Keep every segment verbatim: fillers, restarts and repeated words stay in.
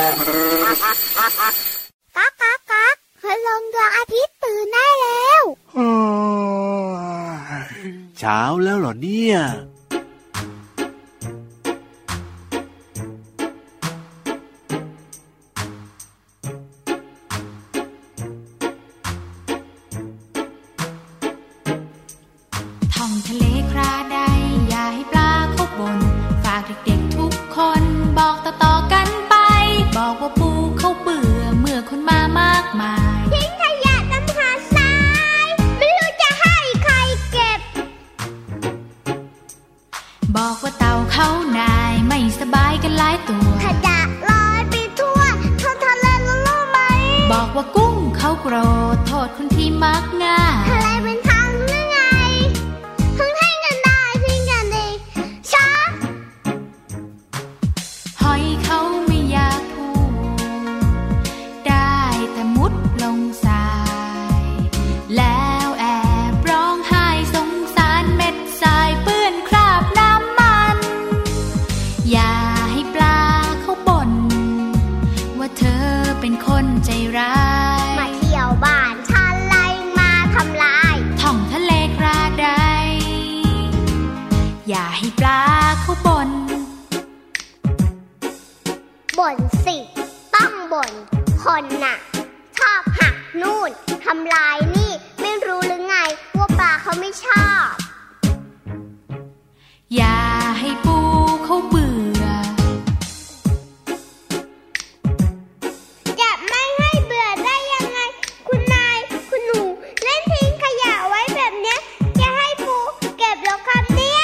ก๊ากก๊ากก๊ากพลังดวงอาทิตย์ตื่นได้แล้วเช้าแล้วเหรอเนี่ยท่องทะเลคราใดอย่าให้ปลาเข้าบนฝากเด็กๆทุกคนบอกต่อๆกันไปบอกว่าปูเขาเบื่อเมื่อคนมามากมายทิ้งขยะน้ำหาทรายไม่รู้จะให้ใครเก็บบอกว่าเต่าเขานายไม่สบายกันหลายตัวขยะลอยไปทั่วท้องทะเลรู้ไหมบอกว่ากุ้งเขาโกรธโทษคนที่มักง่ายอะไรเป็นทางหรือไงเพิ่งให้กันได้ทิ้งกันดีช้าหอยเขาไม่อยากพูดได้แต่มุดลงทรายแล้วแอบร้องไห้สงสารเม็ดทรายเปื้อนคราบน้ำมันอย่าให้ปลาเขาบ่นว่าเธอเป็นคนใจร้ายมาเที่ยวบ้านฉันไล่มาทำลายท่องทะเลคราใดอย่าให้ปลาเขาบ่นบ่นสิต้องบ่นคนน่ะชอบหักนู่นทำลายนี่ไม่รู้หรือไงว่าปลาเขาไม่ชอบอย่าให้ปูเขาเบื่อจะไม่ให้เบื่อได้ยังไงคุณนายคุณหนูเล่นทิ้งขยะไว้แบบเนี้ยจะให้ปูเก็บหรอครับเนี่ย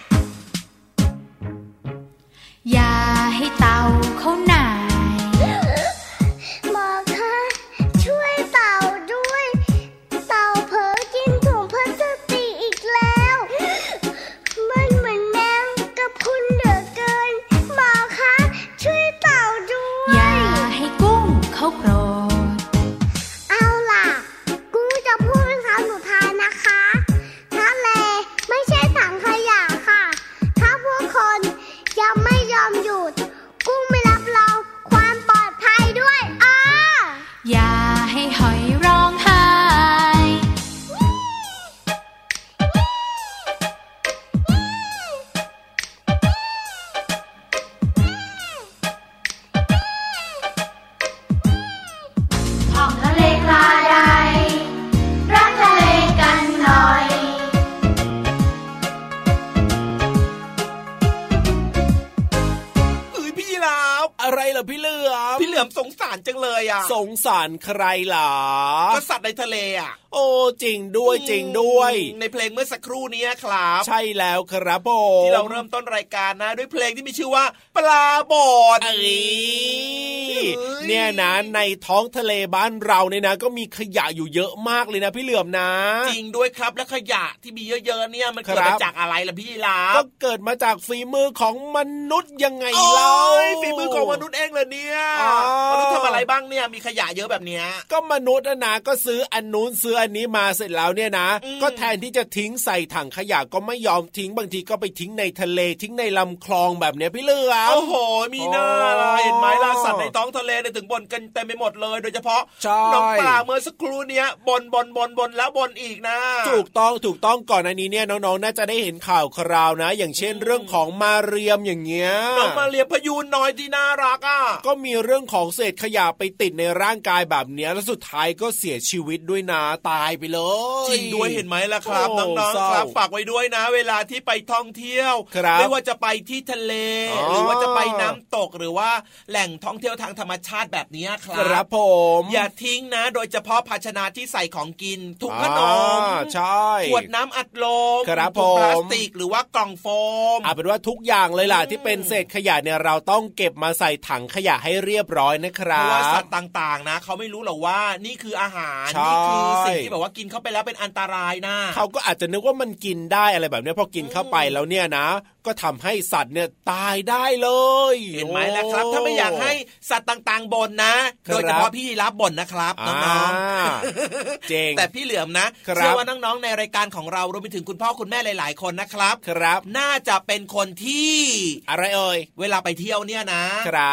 อย่าให้เต่าเขาหน่ายหมอคะช่วยเต่าด้วยเต่าเผลอกินถุงพลาสติกอีกแล้วมันเหมือนแมงกะพรุนเหลือเกินหมอคะช่วยเต่าด้วยอย่าให้กุ้งเขาโกรธเอาล่ะกูจะพูดเป็นคำสุดท้ายนะคะทะเลไม่ใช่ถังขยะค่ะถ้าพวกคนยังไม่ยอมหยุดกุ้งไม่รับรองความปลอดภัยด้วยอ้าอย่าให้หอยร้องไห้ท่องทะเลคราใดรักทะเลกันหน่อยเอ้ยพี่ยีราฟอะไรเหรอพี่เหลือมพี่เหลือมสงสารจังเลยอ่ะสงสารใครหรอก็สัตว์ในทะเลอ่ะโอ้จริงด้วยจริงด้วยในเพลงเมื่อสักครู่นี้ครับใช่แล้วครับผมที่เราเริ่มต้นรายการนะด้วยเพลงที่มีชื่อว่าปลาบอดเอ้ยเนี่ยนะในท้องทะเลบ้านเราเนี่ยนะก็มีขยะอยู่เยอะมากเลยนะพี่เหลือมนะจริงด้วยครับและขยะที่มีเยอะๆเนี่ยมันเกิดมาจากอะไรล่ะพี่ล่ะก็เกิดมาจากฝีมือของมนุษย์ยังไงเล่าฝีมือของมนุษย์เองเลยเนี่ยมนุษย์ทำอะไรบ้างเนี่ยมีขยะเยอะแบบเนี้ยก็มนุษย์นะก็ซื้ออันนู้นซื้ออันนี้มาเสร็จแล้วเนี่ยนะก็แทนที่จะทิ้งใส่ถังขยะก็ไม่ยอมทิ้งบางทีก็ไปทิ้งในทะเลทิ้งในลำคลองแบบเนี้ยพี่เหลือมโอ้โหมีหน้าเห็นไหมล่ะสัตว์ในท้องทะเลเนี่ยถึงบ่นกันเต็มไปหมดเลยโดยเฉพาะน้องปลาเมื่อสักครู่เนี้ยบ่นบ่นบ่นบ่นแล้วบ่นอีกนะถูกต้องถูกต้องก่อนอันนี้เนี่ยน้องๆน่าจะได้เห็นข่าวคราวนะอย่างเช่นเรื่องของมาเรียมอย่างเงี้ยน้องมาเรียมพยูนน้อยที่น่ารักอ่ะก็มีเรื่องของเศษขยะไปติดในร่างกายแบบเนี้ยแล้วสุดท้ายก็เสียชีวิตด้วยนะตายไปเลยจริงด้วยเห็นไหมล่ะครับน้องๆครับฝากไว้ด้วยนะเวลาที่ไปท่องเที่ยวไม่ว่าจะไปที่ทะเลหรือว่าจะไปน้ำตกหรือว่าแหล่งท่องเที่ยวทางธรรมชาติแบบนี้ครับครับผมอย่าทิ้งนะโดยเฉพาะภาชนะที่ใส่ของกินถุงขนมใช่ขวดน้ำอัดลมถุงพลาสติกหรือว่ากล่องโฟมเอาเป็นว่าทุกอย่างเลยล่ะที่เป็นเศษขยะเนี่ยเราต้องเก็บมาใส่ถังขยะให้เรียบร้อยนะครับเพราะว่าสัตว์ต่างๆนะเขาไม่รู้หรอกว่านี่คืออาหารนี่คือสิ่งที่แบบว่ากินเข้าไปแล้วเป็นอันตรายนะเขาก็อาจจะนึกว่ามันกินได้อะไรแบบนี้พอกินเข้าไปแล้วเนี่ยนะก็ทำให้สัตว์เนี่ยตายได้เลยเห็นไหมล่ะครับถ้าไม่อยากให้สัตว์ต่างๆบ่นนะโดยเฉพาะพี่รับบ่นนะครับน้องๆเจ๋งแต่พี่เหลือมนะเชื่อว่าน้องๆในรายการของเรารวมไปถึงคุณพ่อคุณแม่หลายๆคนนะครับครับน่าจะเป็นคนที่อะไรเอ่ยเวลาไปเที่ยวเนี่ยนะครับ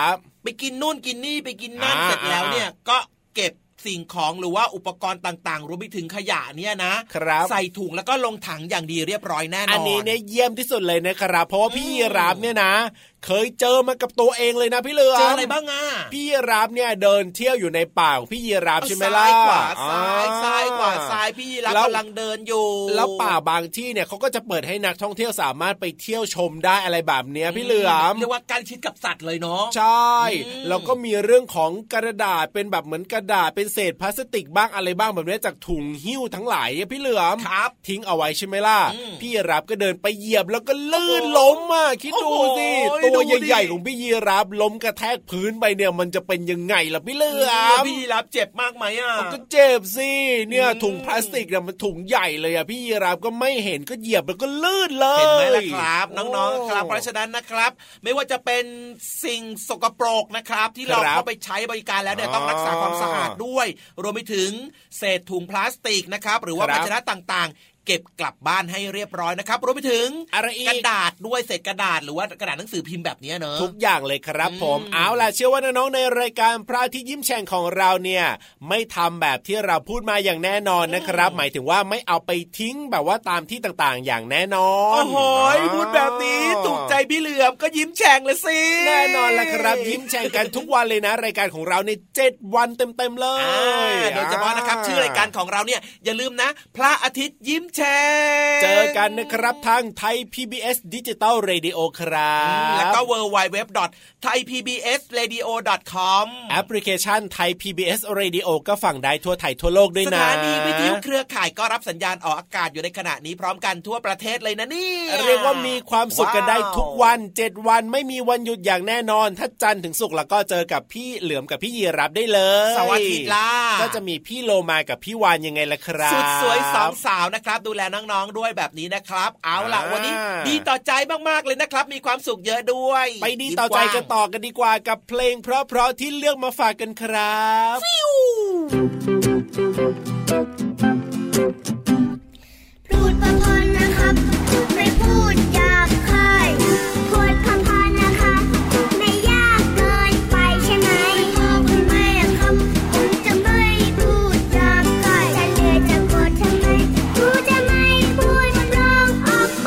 ไปกินนู่นกินนี่ไปกินนั่นเสร็จแล้วเนี่ยก็เก็บสิ่งของหรือว่าอุปกรณ์ต่างๆรวมไปถึงขยะเนี่ยนะใส่ถุงแล้วก็ลงถังอย่างดีเรียบร้อยแน่นอนอันนี้เนี่ยเยี่ยมที่สุดเลยนะครับเพราะว่าพี่ยีราฟเนี่ยนะเคยเจอมากับตัวเองเลยนะพี่เหลือมเจออะไรบ้างอ่ะพี่ยีราฟเนี่ยเดินเที่ยวอยู่ในป่าของพี่ยีราฟใช่ไหมล่ะซ้ายขวาซ้ายซ้ายขวาซ้ายพี่ยีราฟกำลังเดินอยู่แล้วป่าบางที่เนี่ยเขาก็จะเปิดให้นักท่องเที่ยวสามารถไปเที่ยวชมได้อะไรแบบเนี้ยพี่เหลือมเรียกว่าการชิดกับสัตว์เลยเนาะใช่แล้วก็มีเรื่องของกระดาษเป็นแบบเหมือนกระดาษเป็นเศษพลาสติกบ้างอะไรบ้างแบบนี้จากถุงหิ้วทั้งหลายพี่เหลือมทิ้งเอาไว้ใช่ไหมล่ะพี่ยีราฟก็เดินไปเหยียบแล้วก็ลื่นล้มอ่ะคิดดูสิตัวใหญ่ๆของพี่ยีราฟล้มกระแทกพื้นไปเนี่ยมันจะเป็นยังไงล่ะพี่เหลือมพี่ยีราฟเจ็บมากไหมอ่ะก็เจ็บสิเนี่ยถุงพลาสติกเนี่ยมันถุงใหญ่เลยอ่ะพี่ยีราฟก็ไม่เห็นก็เหยียบแล้วก็ลื่นเลยเห็นไหมล่ะครับน้องๆครับเพราะฉะนั้นนะครับไม่ว่าจะเป็นสิ่งสกปรกนะครับที่เราเข้าไปใช้บริการแล้วเนี่ยต้องรักษาความสะอาดด้วยรวมไปถึงเศษถุงพลาสติกนะครับหรือว่าภาชนะต่างๆเก็บกลับบ้านให้เรียบร้อยนะครับรวมไปถึงกระดาษด้วยเศษกระดาษหรือว่ากระดาษหนังสือพิมพ์แบบนี้เนอะทุกอย่างเลยครับผมเอาล่ะเชื่อว่าน้องๆในรายการพระอาทิตย์ยิ้มแฉ่งของเราเนี่ยไม่ทำแบบที่เราพูดมาอย่างแน่นอนนะครับหมายถึงว่าไม่เอาไปทิ้งแบบว่าตามที่ต่างๆอย่างแน่นอนโอ้โหพูดแบบนี้ถูกใจพี่เหลือมก็ยิ้มแฉ่งเลยสิแน่นอนแหละครับยิ้มแฉ่งกันทุกวันเลยนะรายการของเราในเจ็ดวันเต็มๆเลยโดยเฉพาะนะครับชื่อรายการของเราเนี่ยอย่าลืมนะพระอาทิตย์ยิ้มแฉ่งเจอกันนะครับทางไทย พี บี เอส Digital Radio ครับแล้วก็ ดับเบิลยู ดับเบิลยู ดับเบิลยู ดอท ไทย พี บี เอส เรดิโอ ดอท คอมแอปพลิเคชัน Thai พี บี เอส Radio ก็ฟังได้ทั่วไทยทั่วโลกด้วยนะสถานีวิทยุเครือข่ายก็รับสัญญาณออกอากาศอยู่ในขณะนี้พร้อมกันทั่วประเทศเลยนะนี่เรียกว่ามีความสุขกันได้ทุกวันเจ็ดวันไม่มีวันหยุดอย่างแน่นอนถ้าจันทร์ถึงศุกร์แล้วก็เจอกับพี่เหลือมกับพี่ยีรับได้เลยเสาร์อาทิตย์ล่ะก็จะมีพี่โลมากับพี่วานยังไงล่ะครับสุดสวยสองสาวนะครับดูแลน้องๆด้วยแบบนี้นะครับเอาล่ะวันนี้ดีต่อใจมากๆเลยนะครับมีความสุขเยอะด้วยไปดีต่อใจกันต่อกันดีกว่ากับเพลงเพราะๆที่เลือกมาฝากกันครับพูดพอๆนะครับไม่พูดหยาบคายพูดคำพอนะคะไม่ยากเกินไปใช่ไหมพ่อคุณแม่ครับผมจะไม่พูดหยาบคายจะเหนื่อยจะโกรธทำไมกูจะไม่พูดร้องออกไป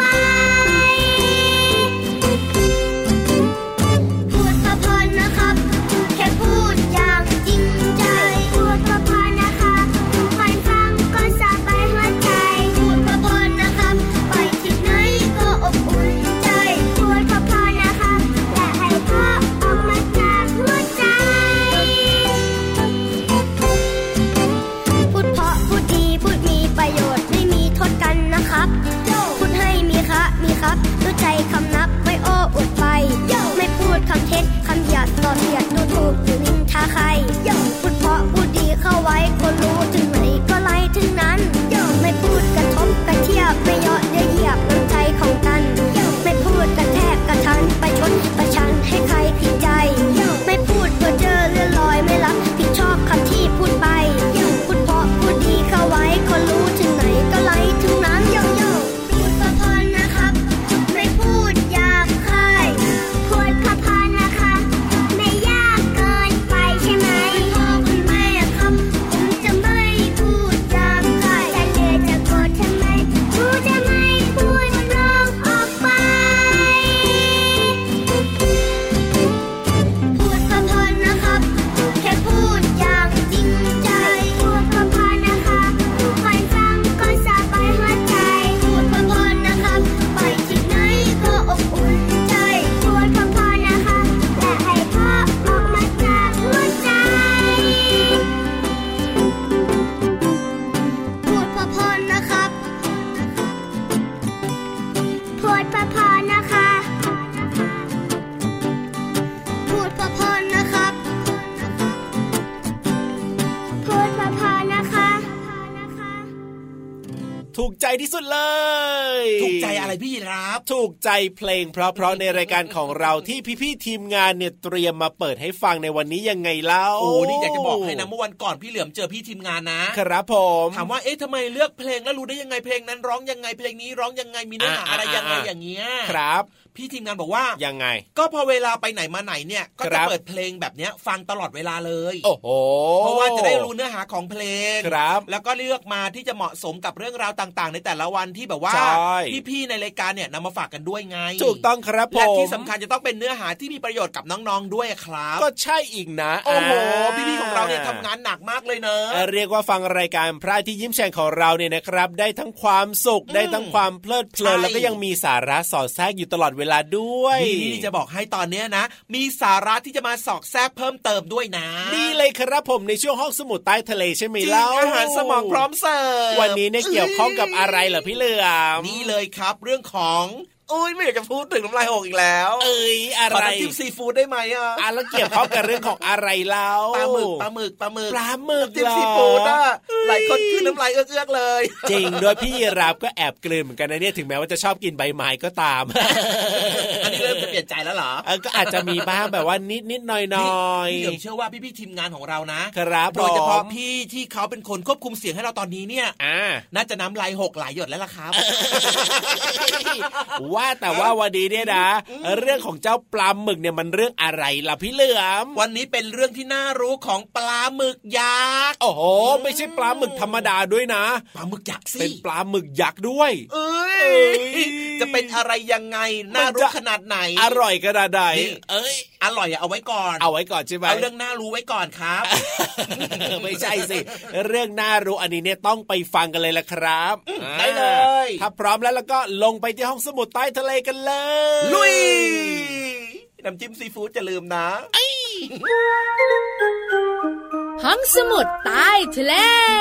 พูดพอๆนะครับแค่พูดอย่างจริงใจพูดพอๆนะคะฟังฟังก็สบายหัวใจพูดพอๆนะคะไปที่ไหนก็อบอุ่นใจพูดพอๆนะคะแต่ให้พ่อออกมาจากหัวใจพูดเพราะพูดดีพูดมีประโยชน์ไม่มีโทษกันนะครับพูดให้มีคะมีครับรู้ใจคำนับไม่โอ้อวดไปไม่พูดคำเท็จคำหยาดต่อเสียดดูถูกหรือนินทาใครพูดเพราะพูดดีเข้าไว้คนรู้ถึงไหนก็ไล่ถึงนั้นไม่พูดกระทบกระเทียบไม่เยาะเย้ยเหยียบน้ำใจของกันไม่พูดกระแทกกระทันไปชนประชันให้ใครผิดใจไม่พูดเพ้อเจ้อเลื่อนลอยไม่รับผิดชอบคำที่พูดไปพูดเพราะพูดดีเข้าไว้คนรู้ถึงไหนก็ไล่ถึงนั้นพูดพอๆนะครับไม่พูดหยาบคายพูดพอๆนะคะไม่ยากเกินไปใช่ไหมถูกใจที่สุดเลยถูกใจอะไรพี่รับถูกใจเพลงเพราะๆในรายการของเราที่พี่ๆทีมงานเนี่ยเตรียมมาเปิดให้ฟังในวันนี้ยังไงเล่าโอ้นี่อยากจะบอกให้นะเมื่อวันก่อนพี่เหลือมเจอพี่ทีมงานนะครับผมถามว่าเอ๊ะทำไมเลือกเพลงแล้วรู้ได้ยังไงเพลงนั้นร้องยังไงเพลงนี้ร้องยังไงมีเนื้อหาอะไรยังไงอย่างเงี้ยครับพี่ทีมงานบอกว่ายังไงก็พอเวลาไปไหนมาไหนเนี่ยก็จะเปิดเพลงแบบเนี้ยฟังตลอดเวลาเลยโอ้โหเพราะว่าจะได้รู้เนื้อหาของเพลงครับแล้วก็เลือกมาที่จะเหมาะสมกับเรื่องราวต่างๆในแต่ละวันที่แบบว่าพี่ๆในรายการเนี่ยนำมาฝากกันด้วยไงถูกต้องครับผมและที่สำคัญจะต้องเป็นเนื้อหาที่มีประโยชน์กับน้องๆด้วยครับก็ใช่อีกนะโอ้โหพี่ๆของเราเนี่ยทำงานหนักมากเลยเนอะเรียกว่าฟังรายการพระที่ยิ้มแฉ่งของเราเนี่ยนะครับได้ทั้งความสุขได้ทั้งความเพลิดเพลินแล้วก็ยังมีสาระสอดแทรกอยู่ตลอดเวลาด้วยนี่จะบอกให้ตอนนี้นะมีสาระที่จะมาสอกแทรกเพิ่มเติมด้วยนะนี่เลยครับผมในช่วงห้องสมุดใต้ทะเลใช่ไหมเล่าอาหารสมองพร้อมเสิร์ฟวันนี้เนี่ยเกี่ยวข้องกับอะไรเหรอพี่เหลือมนี่เลยครับเรื่องของโอ้ยไม่อยากจะพูดถึงน้ำลายหกอีกแล้วเอ้ยอะไรขอน้ำจิ้มซีฟู้ดได้ไหมอ่ะอ่ะแล้วเกี่ยวข้องกับเรื่องของอะไรเล่าปลาหมึกปลาหมึกปลาหมึกปลาหมึกน้ำจิ้มซีฟู้ดอ่ะหลายคนคือน้ำลายเอื้อกๆเลยจริงโดยพี่รับก็แอบกลืนเหมือนกันนะเนี่ยถึงแม้ว่าจะชอบกินใบไม้ก็ตามอันนี้เริ่มจะเปลี่ยนใจแล้วเหรอเออก็อาจจะมีบ้างแบบว่านิดๆหน่อยๆพี่เชื่อว่าพี่ๆทีมงานของเรานะครับโดยเฉพาะพี่ที่เขาเป็นคนควบคุมเสียงให้เราตอนนี้เนี่ยน่าจะน้ำลายหกหลายหยดแล้วล่ะครับว่าแต่ว่าวันนี้เนี่ยนะเรื่องของเจ้าปลาหมึกเนี่ยมันเรื่องอะไรล่ะพี่เหลือมวันนี้เป็นเรื่องที่น่ารู้ของปลาหมึกยักษ์โอ้โหไม่ใช่ปลาหมึกธรรมดาด้วยนะปลาหมึกยักษ์สิเป็นปลาหมึกยักษ์ด้วยเอ้ยจะเป็นอะไรยังไงน่ารู้ขนาดไหนอร่อยขนาดไหนเอ้ยอร่อยเอาไว้ก่อนเอาไว้ก่อนใช่ไหมเอาเรื่องน่ารู้ไว้ก่อนครับไม่ใช่สิเรื่องน่ารู้อันนี้เนี่ยต้องไปฟังกันเลยละครับได้เลยถ้าพร้อมแล้วแล้วก็ลงไปที่ห้องสมุดใต้ทะเลกันเลยลุยน้ำจิ้มซีฟู้ดจะลืมนะห้องสมุดใต้ทะเล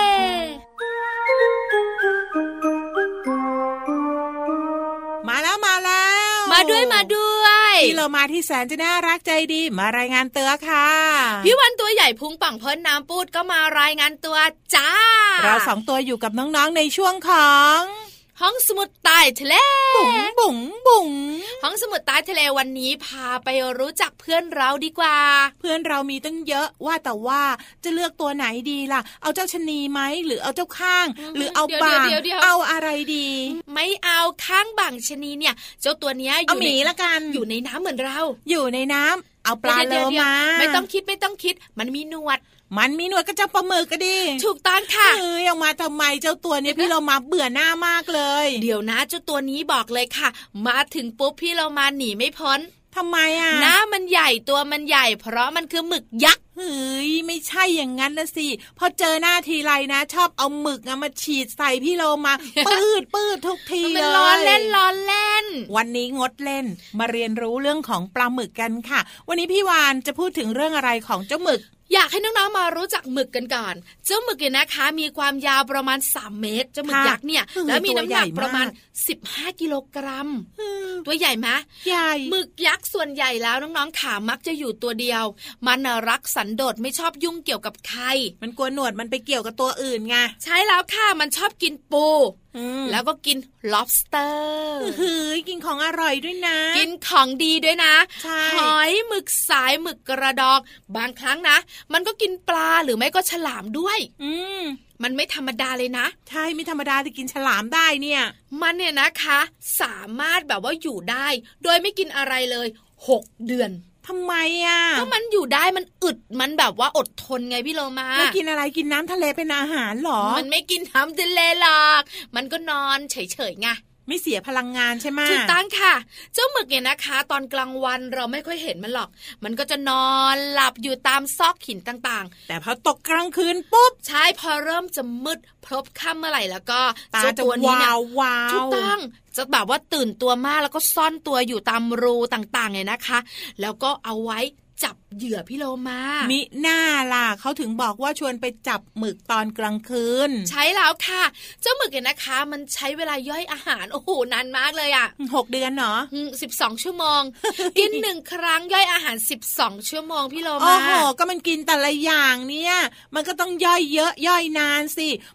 มาแล้วมาแล้วมาด้วยมาด้วยพี่เรามาที่แสนจะน่ารักใจดีมารายงานตัวค่ะพี่วันตัวใหญ่พุงป่องพ้นน้ำปูดก็มารายงานตัวจ้าเราสองตัวอยู่กับน้องๆในช่วงของห้องสมุดใต้ทะเลบุ๋งบุ๋งบุ๋งห้องสมุดใต้ทะเลวันนี้พาไปรู้จักเพื่อนเราดีกว่าเพื่อนเรามีตั้งเยอะว่าแต่ว่าจะเลือกตัวไหนดีล่ะเอาเจ้าชะนีไหมหรือเอาเจ้าข้างหรือเอาบางเอาอะไรดีไม่เอาข้างบางชะนีเนี่ยเจ้าตัวเนี้ยอยู่ในละกันอยู่ในน้ำเหมือนเราอยู่ในน้ำเอาปลาโลมาไม่ต้องคิดไม่ต้องคิดมันมีหนวดมันมีหนวดก็จะปลาหมึกก็ดีถูกต้องค่ะเอ้ยออกมาทำไมเจ้าตัวนี้พี่เรามาเบื่อหน้ามากเลยเดี๋ยวนะเจ้าตัวนี้บอกเลยค่ะมาถึงปุ๊บพี่เรามาหนีไม่พ้นทำไมอ่ะหน้ามันใหญ่ตัวมันใหญ่เพราะมันคือหมึกยักษ์เฮ้ยไม่ใช่อย่างนั้นนะสิพอเจอหน้าทีไรนะชอบเอาหมึกมาฉีดใส่พี่เรามาปืดปืดทุกทีเลยมันล้อเล่นล้อเล่นวันนี้งดเล่นมาเรียนรู้เรื่องของปลาหมึกกันค่ะวันนี้พี่วานจะพูดถึงเรื่องอะไรของเจ้าหมึกอยากให้น้องๆมารู้จักหมึกกันก่อนเจ้าหมึกเนี่ยนะคะมีความยาวประมาณสามเมตรเจ้าหมึกยักษ์เนี่ยแล้วมีน้ำหนักประมาณสิบห้ากิโลกรัมตัวใหญ่ไหมใหญ่หมึกยักษ์ส่วนใหญ่แล้วน้องๆขามักจะอยู่ตัวเดียวมันรักสันโดษไม่ชอบยุ่งเกี่ยวกับใครมันกลัวหนวดมันไปเกี่ยวกับตัวอื่นไงใช่แล้วค่ะมันชอบกินปูแล้วก็กิน lobster เฮ้ยกินของอร่อยด้วยนะกินของดีด้วยนะหอยหมึกสายหมึกกระดองบางครั้งนะมันก็กินปลาหรือไม่ก็ฉลามด้วยอืมมันไม่ธรรมดาเลยนะใช่ไม่ธรรมดาที่กินฉลามได้เนี่ยมันเนี่ยนะคะสามารถแบบว่าอยู่ได้โดยไม่กินอะไรเลยหกเดือนทำไมอ่ะก็มันอยู่ได้มันอึดมันแบบว่าอดทนไงพี่โลมาแล้วกินอะไรกินน้ำทะเลเป็นอาหารหรอมันไม่กินน้ำทะเลหรอกมันก็นอนเฉยๆไงไม่เสียพลังงานใช่ไหมถูกต้องค่ะเจ้าหมึกเนี่ยนะคะตอนกลางวันเราไม่ค่อยเห็นมันหรอกมันก็จะนอนหลับอยู่ตามซอกหินต่างๆแต่พอตกกลางคืนปุ๊บใช่พอเริ่มจะมืดพลบค่ำเมื่อไหร่แล้วก็ตาจะวาววาวถูกต้องจะแบบว่าตื่นตัวมากแล้วก็ซ่อนตัวอยู่ตามรูต่างๆเนี่ยนะคะแล้วก็เอาไว้จับเหยื่อพี่โลมามิหน้าล่ะเขาถึงบอกว่าชวนไปจับหมึกตอนกลางคืนใช่แล้วค่ะเจ้าหมึกเนี่ยนะคะมันใช้เวลาย่อยอาหารโอ้โหนานมากเลยอ่ะหกเดือนเหรอสิบสองชั่วโมง กินหนึ่งครั้งย่อยอาหารสิบสองชั่วโมงพี่โลมาโอ้โหก็มันกินแต่ละอย่างเนี่ยมันก็ต้องย่อยเยอะย่อยนานสิ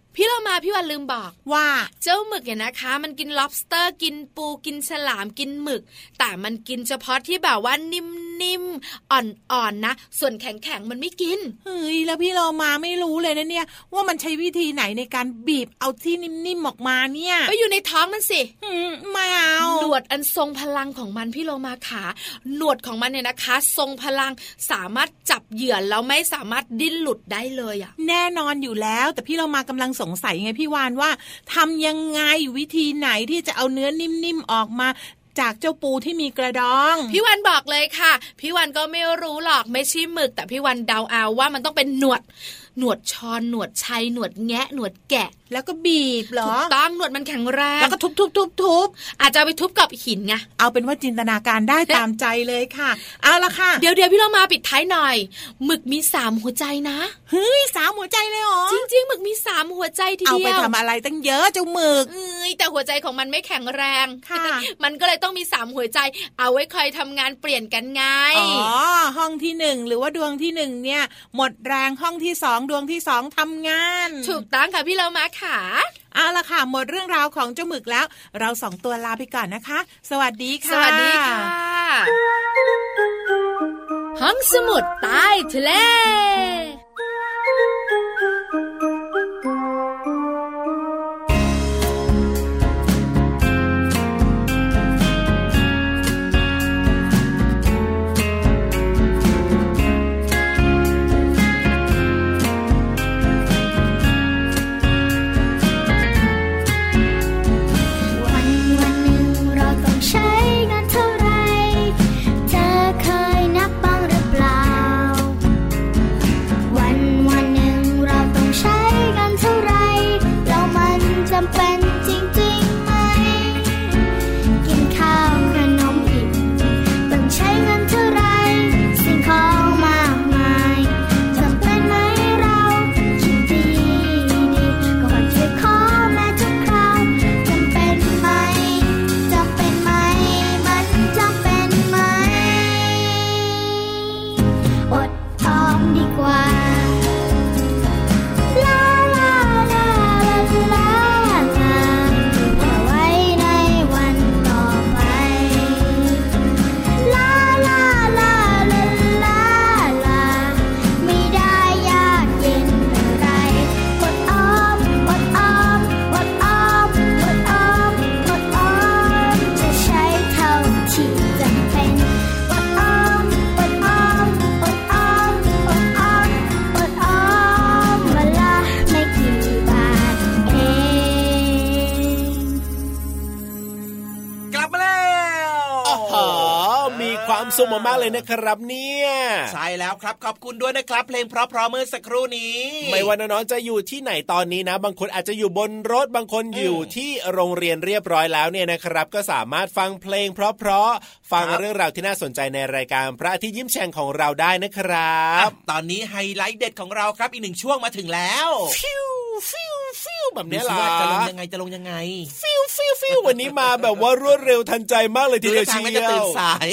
พี่เรามาพี่วันลืมบอกว่าเจ้าหมึกเนี่ยนะคะมันกิน lobster กินปูกินฉลามกินหมึกแต่มันกินเฉพาะที่แบบว่านิ่มๆอ่อนๆนะส่วนแข็งๆมันไม่กินเฮ้ยแล้วพี่เรามาไม่รู้เลยนะเนี่ยว่ามันใช้วิธีไหนในการบีบเอาที่นิ่มๆออกมาเนี่ยก็อยู่ในท้องมันสิไม่เอาหนวดอันทรงพลังของมันพี่โลมาขาหนวดของมันเนี่ยนะคะทรงพลังสามารถจับเหยื่อแล้วไม่สามารถดิ้นหลุดได้เลยอ่ะแน่นอนอยู่แล้วแต่พี่เรามากำลังสงสัยไงพี่วานว่าทำยังไงวิธีไหนที่จะเอาเนื้อนิ่มๆออกมาจากเจ้าปูที่มีกระดองพี่วันบอกเลยค่ะพี่วันก็ไม่รู้หรอกไม่ใช่หมึกแต่พี่วันเดาเอาว่ามันต้องเป็นหนวดหนวดชอนหนวดชัยหนวดแงะหนวดแกะแล้วก็บีบเหรอถูกต้องหนวดมันแข็งแรงแล้วก็ทุบๆๆๆอาจจะไปทุบกับหินไงเอาเป็นว่าจินตนาการได้ตามใจเลยค่ะเอาละค่ะเดี๋ยวเดี๋ยวพี่เรามาปิดท้ายหน่อยหมึกมีสามหัวใจนะเฮ้ยสามหัวใจเลยเหรอจริงๆหมึกมีสามหัวใจทีเดียวเอาไปทำอะไรตั้งเยอะเจ้าหมึกเอ้ยแต่หัวใจของมันไม่แข็งแรงค่ะมันก็เลยต้องมีสามหัวใจเอาไว้คอยทำงานเปลี่ยนกันไงอ๋อห้องที่หนึ่งหรือว่าดวงที่หนึ่งเนี่ยหมดแรงห้องที่สองดวงที่สองทำงานถูกต้องค่ะพี่เรามาค่ะเอาล่ะค่ะหมดเรื่องราวของเจ้าหมึกแล้วเราสองตัวลาไปก่อนนะคะสวัสดีค่ะสวัสดีค่ะห้องสมุดใต้ทะเลสุขมากๆเลยนะครับเนี่ยใช่แล้วครับขอบคุณด้วยนะครับเพลงเพราะๆเมื่อสักครู่นี้ไม่ว่าน้องๆจะอยู่ที่ไหนตอนนี้นะบางคนอาจจะอยู่บนรถบางคนอยู่ที่โรงเรียนเรียบร้อยแล้วเนี่ยนะครับก็สามารถฟังเพลงเพราะๆฟังเรื่องราวที่น่าสนใจในรายการพระอาทิตย์ยิ้มแฉ่งของเราได้นะครับตอนนี้ไฮไลท์เด็ดของเราครับอีกหนึ่งช่วงมาถึงแล้วฟิวฟิวฟิวแบบนี้ล่ะจะลงยังไงจะลงยังไงฟิวฟิวฟิววันนี้มาแบบว่ารวดเร็วทันใจมากเลยทีเดียวเชียวจะตื่นสาย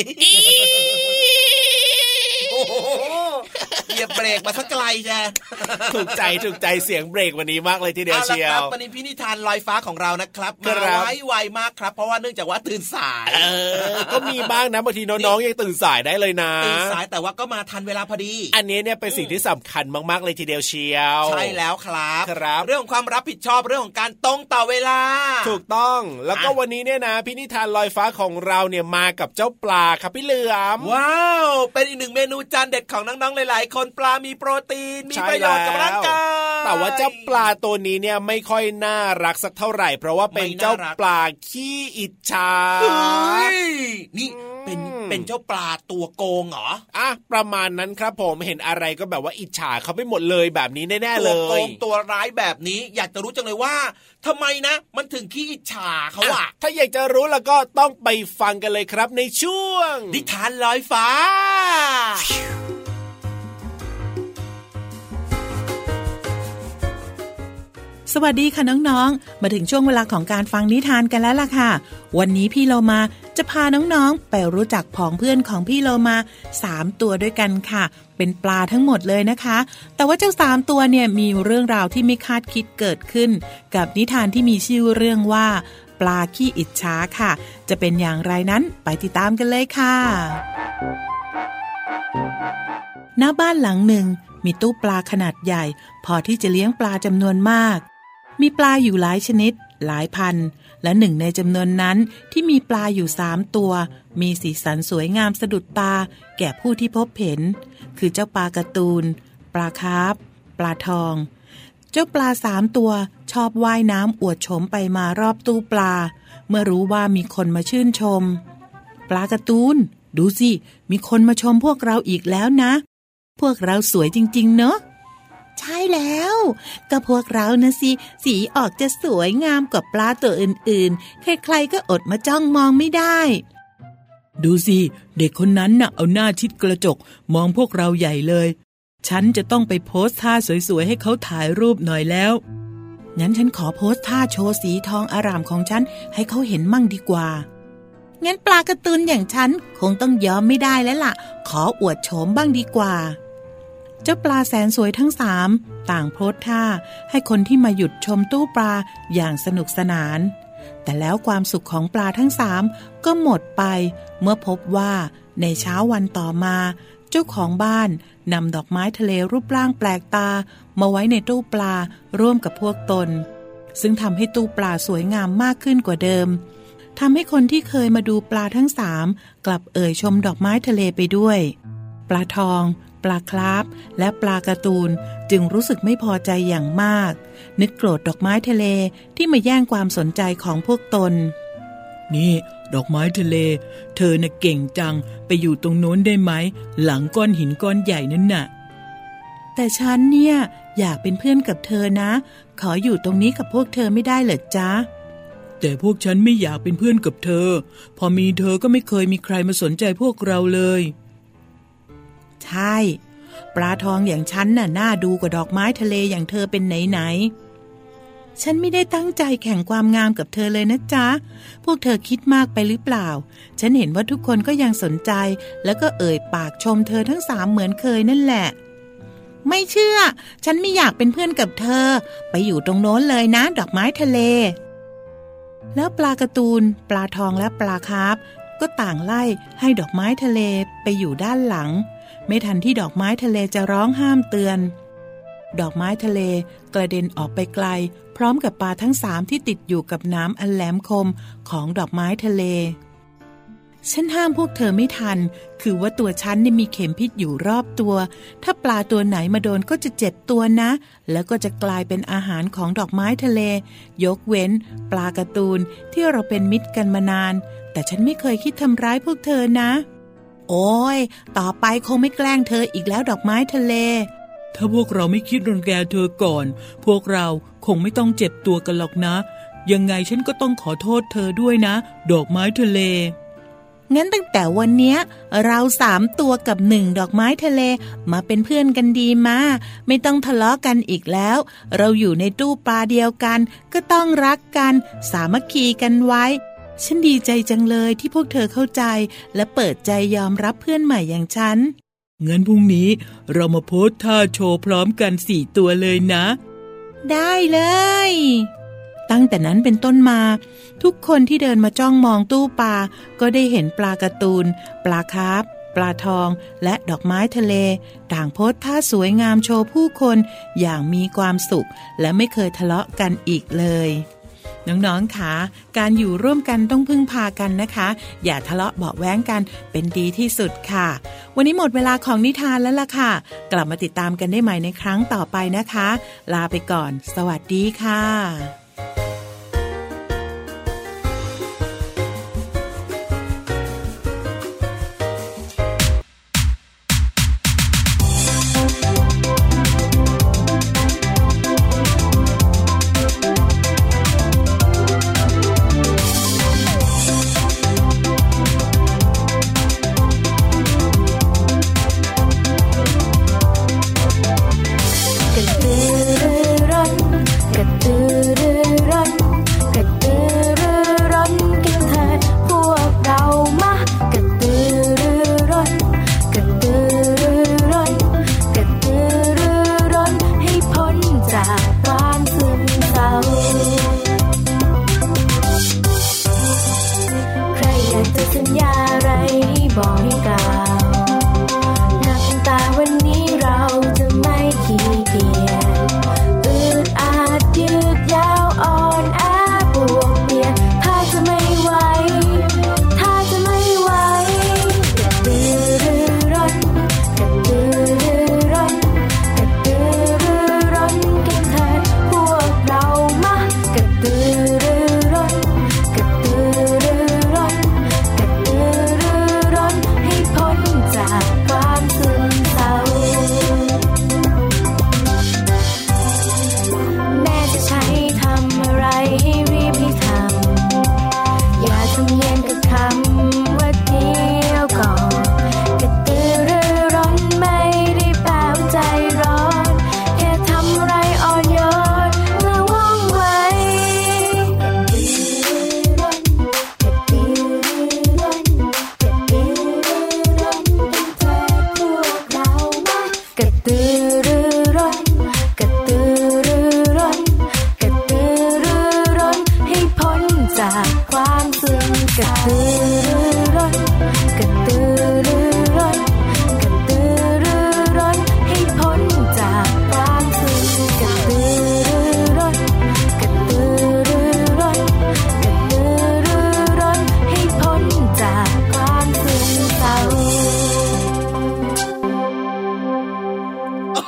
เหยียบเบรกมาสักไกลใช่ถูกใจถูกใจเสียงเบรกวันนี้มากเลยทีเดียวเชียววันนี้พี่นิทานลอยฟ้าของเรานะครับมาไวไวมากครับเพราะว่าเนื่องจากว่าตื่นสายเออก็มีบ้างนะบางทีน้องๆยังตื่นสายได้เลยนะตื่นสายแต่ว่าก็มาทันเวลาพอดีอันนี้เนี่ยเป็นสิ่งที่สำคัญมากๆเลยทีเดียวเชียวใช่แล้วครับครับเรื่องของความรับผิดชอบเรื่องของการตรงต่อเวลาถูกต้องแล้วก็วันนี้เนี่ยนะพี่นิทานลอยฟ้าของเราเนี่ยมากับเจ้าปลาครับพี่เหลือมว้าวเป็นอีกหนึ่งเมนูจานเด็ดของน้องๆหลายๆคนปลามีโปรตีนมีประโยชน์กับร่างกายแต่ว่าเจ้าปลาตัวนี้เนี่ยไม่ค่อยน่ารักสักเท่าไหร่เพราะว่าเป็นเจ้าปลาขี้อิจฉานี่เป็นเป็นเจ้าปลาตัวโกงเหรออ่ะประมาณนั้นครับผมเห็นอะไรก็แบบว่าอิจฉาเขาไปหมดเลยแบบนี้แน่ๆเลยตัวโกงตัวร้ายแบบนี้อยากจะรู้จังเลยว่าทำไมนะมันถึงขี้อิจฉาเขาอะถ้าอยากจะรู้แล้วก็ต้องไปฟังกันเลยครับในช่วงนิทานลอยฟ้าสวัสดีค่ะน้องๆมาถึงช่วงเวลาของการฟังนิทานกันแล้วล่ะค่ะวันนี้พี่เรามาจะพาน้องๆไปรู้จักผองเพื่อนของพี่โลมาสามตัวด้วยกันค่ะเป็นปลาทั้งหมดเลยนะคะแต่ว่าเจ้าสามตัวเนี่ยมีเรื่องราวที่ไม่คาดคิดเกิดขึ้นกับนิทานที่มีชื่อเรื่องว่าปลาขี้อิจฉาค่ะจะเป็นอย่างไรนั้นไปติดตามกันเลยค่ะณบ้านหลังหนึ่งมีตู้ปลาขนาดใหญ่พอที่จะเลี้ยงปลาจำนวนมากมีปลาอยู่หลายชนิดหลายพันและหนึ่งในจำนวนนั้นที่มีปลาอยู่สามตัวมีสีสันสวยงามสะดุดตาแก่ผู้ที่พบเห็นคือเจ้าปลาการ์ตูนปลาคาร์ฟปลาทองเจ้าปลาสามตัวชอบว่ายน้ำอวดโฉมไปมารอบตู้ปลาเมื่อรู้ว่ามีคนมาชื่นชมปลาการ์ตูนดูสิมีคนมาชมพวกเราอีกแล้วนะพวกเราสวยจริงๆเนอะใช่แล้วก็พวกเรานะสิสีออกจะสวยงามกว่าปลาตัวอื่นๆใครๆก็อดมาจ้องมองไม่ได้ดูสิเด็กคนนั้นน่ะเอาหน้าชิดกระจกมองพวกเราใหญ่เลยฉันจะต้องไปโพสท่าสวยๆให้เขาถ่ายรูปหน่อยแล้วงั้นฉันขอโพสท่าโชว์สีทองอร่ามของฉันให้เขาเห็นมั่งดีกว่างั้นปลาการ์ตูนอย่างฉันคงต้องยอมไม่ได้แล้วล่ะขออวดโฉมบ้างดีกว่าเจ้าปลาแสนสวยทั้งสามต่างโพสท่าให้คนที่มาหยุดชมตู้ปลาอย่างสนุกสนานแต่แล้วความสุขของปลาทั้งสามก็หมดไปเมื่อพบว่าในเช้าวันต่อมาเจ้าของบ้านนำดอกไม้ทะเลรูปร่างแปลกตามาไว้ในตู้ปลาร่วมกับพวกตนซึ่งทำให้ตู้ปลาสวยงามมากขึ้นกว่าเดิมทำให้คนที่เคยมาดูปลาทั้งสามกลับเอ่ยชมดอกไม้ทะเลไปด้วยปลาทองปลาคราฟและปลาการ์ตูนจึงรู้สึกไม่พอใจอย่างมากนึกโกรธดอกไม้ทะเลที่มาแย่งความสนใจของพวกตนนี่ดอกไม้ทะเลเธอน่ะเก่งจังไปอยู่ตรงโน้นได้ไหมหลังก้อนหินก้อนใหญ่นั่นน่ะแต่ฉันเนี่ยอยากเป็นเพื่อนกับเธอนะขออยู่ตรงนี้กับพวกเธอไม่ได้เหรอจ๊ะแต่พวกฉันไม่อยากเป็นเพื่อนกับเธอพอมีเธอก็ไม่เคยมีใครมาสนใจพวกเราเลยใช่ปลาทองอย่างฉันน่ะน่าดูกว่าดอกไม้ทะเลอย่างเธอเป็นไหนๆฉันไม่ได้ตั้งใจแข่งความงามกับเธอเลยนะจ๊ะพวกเธอคิดมากไปหรือเปล่าฉันเห็นว่าทุกคนก็ยังสนใจแล้วก็เอ่ยปากชมเธอทั้งสามเหมือนเคยนั่นแหละไม่เชื่อฉันไม่อยากเป็นเพื่อนกับเธอไปอยู่ตรงโน้นเลยนะดอกไม้ทะเลแล้วปลาการ์ตูนปลาทองและปลาคาร์ฟก็ต่างไล่ให้ดอกไม้ทะเลไปอยู่ด้านหลังไม่ทันที่ดอกไม้ทะเลจะร้องห้ามเตือนดอกไม้ทะเลกระเด็นออกไปไกลพร้อมกับปลาทั้งสามที่ติดอยู่กับน้ำอันแหลมคมของดอกไม้ทะเลฉันห้ามพวกเธอไม่ทันคือว่าตัวฉันนี่มีเข็มพิษอยู่รอบตัวถ้าปลาตัวไหนมาโดนก็จะเจ็บตัวนะแล้วก็จะกลายเป็นอาหารของดอกไม้ทะเลยกเว้นปลาการ์ตูนที่เราเป็นมิตรกันมานานแต่ฉันไม่เคยคิดทำร้ายพวกเธอนะโอ้ยต่อไปคงไม่แกล้งเธออีกแล้วดอกไม้ทะเลถ้าพวกเราไม่คิดรังแกเธอก่อนพวกเราคงไม่ต้องเจ็บตัวกันหรอกนะยังไงฉันก็ต้องขอโทษเธอด้วยนะดอกไม้ทะเลงั้นตั้งแต่วันนี้เราสามตัวกับหนึ่งดอกไม้ทะเลมาเป็นเพื่อนกันดีมาไม่ต้องทะเลาะกันอีกแล้วเราอยู่ในตู้ปลาเดียวกันก็ต้องรักกันสามัคคีกันไว้ฉันดีใจจังเลยที่พวกเธอเข้าใจและเปิดใจยอมรับเพื่อนใหม่อย่างฉันงั้นพรุ่งนี้เรามาโพสท่าโชว์พร้อมกันสี่ตัวเลยนะได้เลยตั้งแต่นั้นเป็นต้นมาทุกคนที่เดินมาจ้องมองตู้ปลาก็ได้เห็นปลาการ์ตูนปลาคาร์ฟปลาทองและดอกไม้ทะเลต่างโพสท่าสวยงามโชว์ผู้คนอย่างมีความสุขและไม่เคยทะเลาะกันอีกเลยน้องๆค่ะการอยู่ร่วมกันต้องพึ่งพากันนะคะอย่าทะเลาะเบาะแว้งกันเป็นดีที่สุดค่ะวันนี้หมดเวลาของนิทานแล้วล่ะค่ะกลับมาติดตามกันได้ใหม่ในครั้งต่อไปนะคะลาไปก่อนสวัสดีค่ะกระตือรือร้นกระตือรือ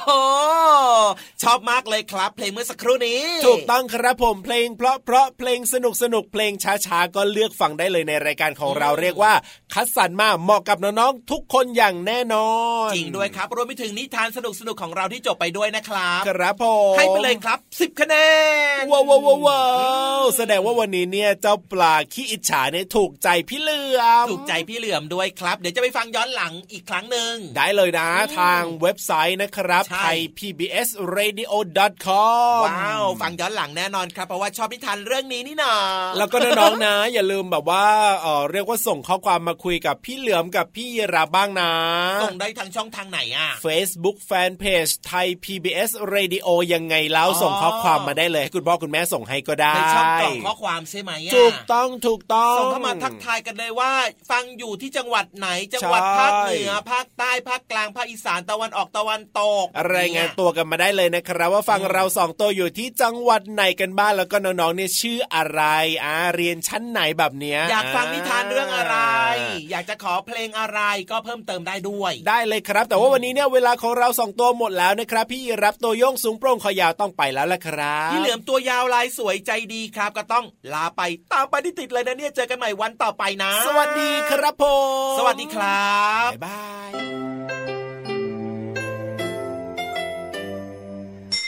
โหชอบมากเลยครับเพลงเมื่อสักครู่นี้ถูกต้องครับผมเพลงเพราะเพราะเพลงสนุกสนุกเพลงช้าๆก็เลือกฟังได้เลยในรายการของเราเรียกว่าคัดสรรมาเหมาะกับน้องๆทุกคนอย่างแน่นอนจริงด้วยครับรวมไปถึงนิทานสนุกๆของเราที่จบไปด้วยนะครับครับผมให้ไปเลยครับสิบคะแนนว้าวว้าวแสดงว่าวันนี้เนี่ยเจ้าปลาขี้อิจฉาเนี่ยถูกใจพี่เหลือมถูกใจพี่เหลือมด้วยครับเดี๋ยวจะไปฟังย้อนหลังอีกครั้งนึงได้เลยนะทางเว็บไซต์นะครับไทย พี บี เอส เรดิโอ ดอท คอมว้าวฟังย้อนหลังแน่นอนครับเพราะว่าชอบนิทานเรื่องนี้นี่นาแล้วก็น้องๆนะอย่าลืมแบบว่าเอ่อเรียกว่าส่งข้อความมาคุยกับพี่เหลือมกับพี่ยีราฟบ้างนะส่งได้ทางช่องทางไหนอ่ะ Facebook Fanpage ไทย พี บี เอส Radio ยังไงแล้วส่งข้อความมาได้เลยให้คุณพ่อคุณแม่ส่งให้ก็ได้ในช่องกล่องข้อความใช่ไหมอ่ะถูกต้องถูกต้องส่งเข้ามาทักทายกันเลยว่าฟังอยู่ที่จังหวัดไหนจังหวัดภาคเหนือภาคใต้ภาคกลางภาคอีสานตะวันออกตะวันตกรายงานตัวกันมาได้เลยนะครับว่าฟังเราสองตัวอยู่ที่จังหวัดไหนกันบ้างแล้วก็น้องๆเนี่ยชื่ออะไรอ่าเรียนชั้นไหนแบบเนี้ยอยากฟังนิทานเรื่องอะไรอยากจะขอเพลงอะไรก็เพิ่มเติมได้ด้วยได้เลยครับแต่ว่าวันนี้เนี่ยเวลาของเราสองตัวหมดแล้วนะครับพี่รับตัวโยงสูงโปร่งคอยาวต้องไปแล้วละครับพี่เหลือมตัวยาวลายสวยใจดีครับก็ต้องลาไปตามไปที่ติดเลยนะเนี่ยเจอกันใหม่วันต่อไปนะสวัสดีครับผมสวัสดีครับบ๊ายบาย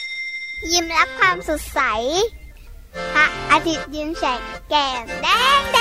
ยิ้มรับความสดใสพระอาทิตย์ยิ้มแฉกแก้มแดง